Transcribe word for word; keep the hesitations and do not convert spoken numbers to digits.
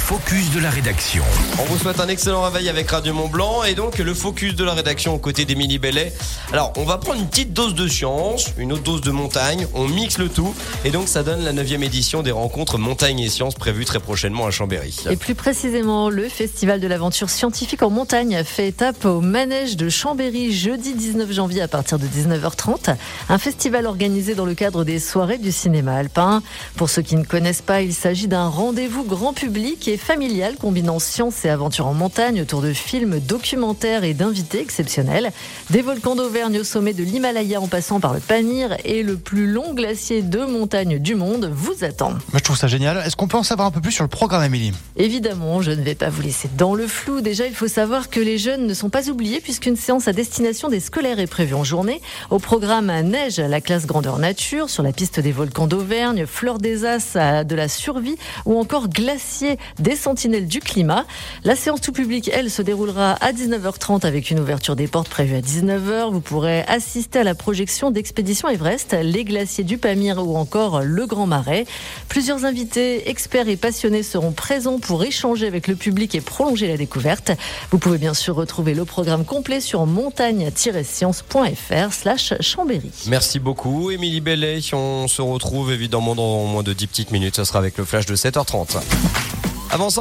focus de la rédaction. On vous souhaite un excellent réveil avec Radio Mont-Blanc et donc le focus de la rédaction aux côtés d'Émilie Bellet. Alors, on va prendre une petite dose de science, une autre dose de montagne, on mixe le tout et donc ça donne la neuvième édition des rencontres montagne et sciences prévues très prochainement à Chambéry. Et plus précisément, le Festival de l'aventure scientifique en montagne fait étape au manège de Chambéry jeudi dix-neuf janvier à partir de dix-neuf heures trente. Un festival organisé dans le cadre des soirées du cinéma alpin. Pour ceux qui ne connaissent pas, il s'agit d'un rendez-vous grand public et familial combinant science et aventure en montagne autour de films, documentaires et d'invités exceptionnels. Des volcans d'Auvergne au sommet de l'Himalaya en passant par le Pamir et le plus long glacier de montagne du monde vous attend. Moi, je trouve ça génial. Est-ce qu'on peut en savoir un peu plus sur le programme, Émilie ? Évidemment, je ne vais pas vous laisser dans le flou. Déjà, il faut savoir que les jeunes ne sont pas oubliés puisqu'une séance à destination des scolaires est prévue en journée. Au programme neige à la classe grandeur nature sur la piste des volcans d'Auvergne, fleur des As à de la survie ou encore glacier des sentinelles du climat. La séance tout public, elle, se déroulera à dix-neuf heures trente avec une ouverture des portes prévue à dix-neuf heures. Vous pourrez assister à la projection d'Expédition Everest, les glaciers du Pamir ou encore le Grand Marais. Plusieurs invités, experts et passionnés seront présents pour échanger avec le public et prolonger la découverte. Vous pouvez bien sûr retrouver le programme complet sur montagne tiret science point f r slash Chambéry. Merci beaucoup Émilie Bellet. On se retrouve évidemment dans moins de dix petites minutes. Ce sera avec le flash de sept heures trente. Avant ça,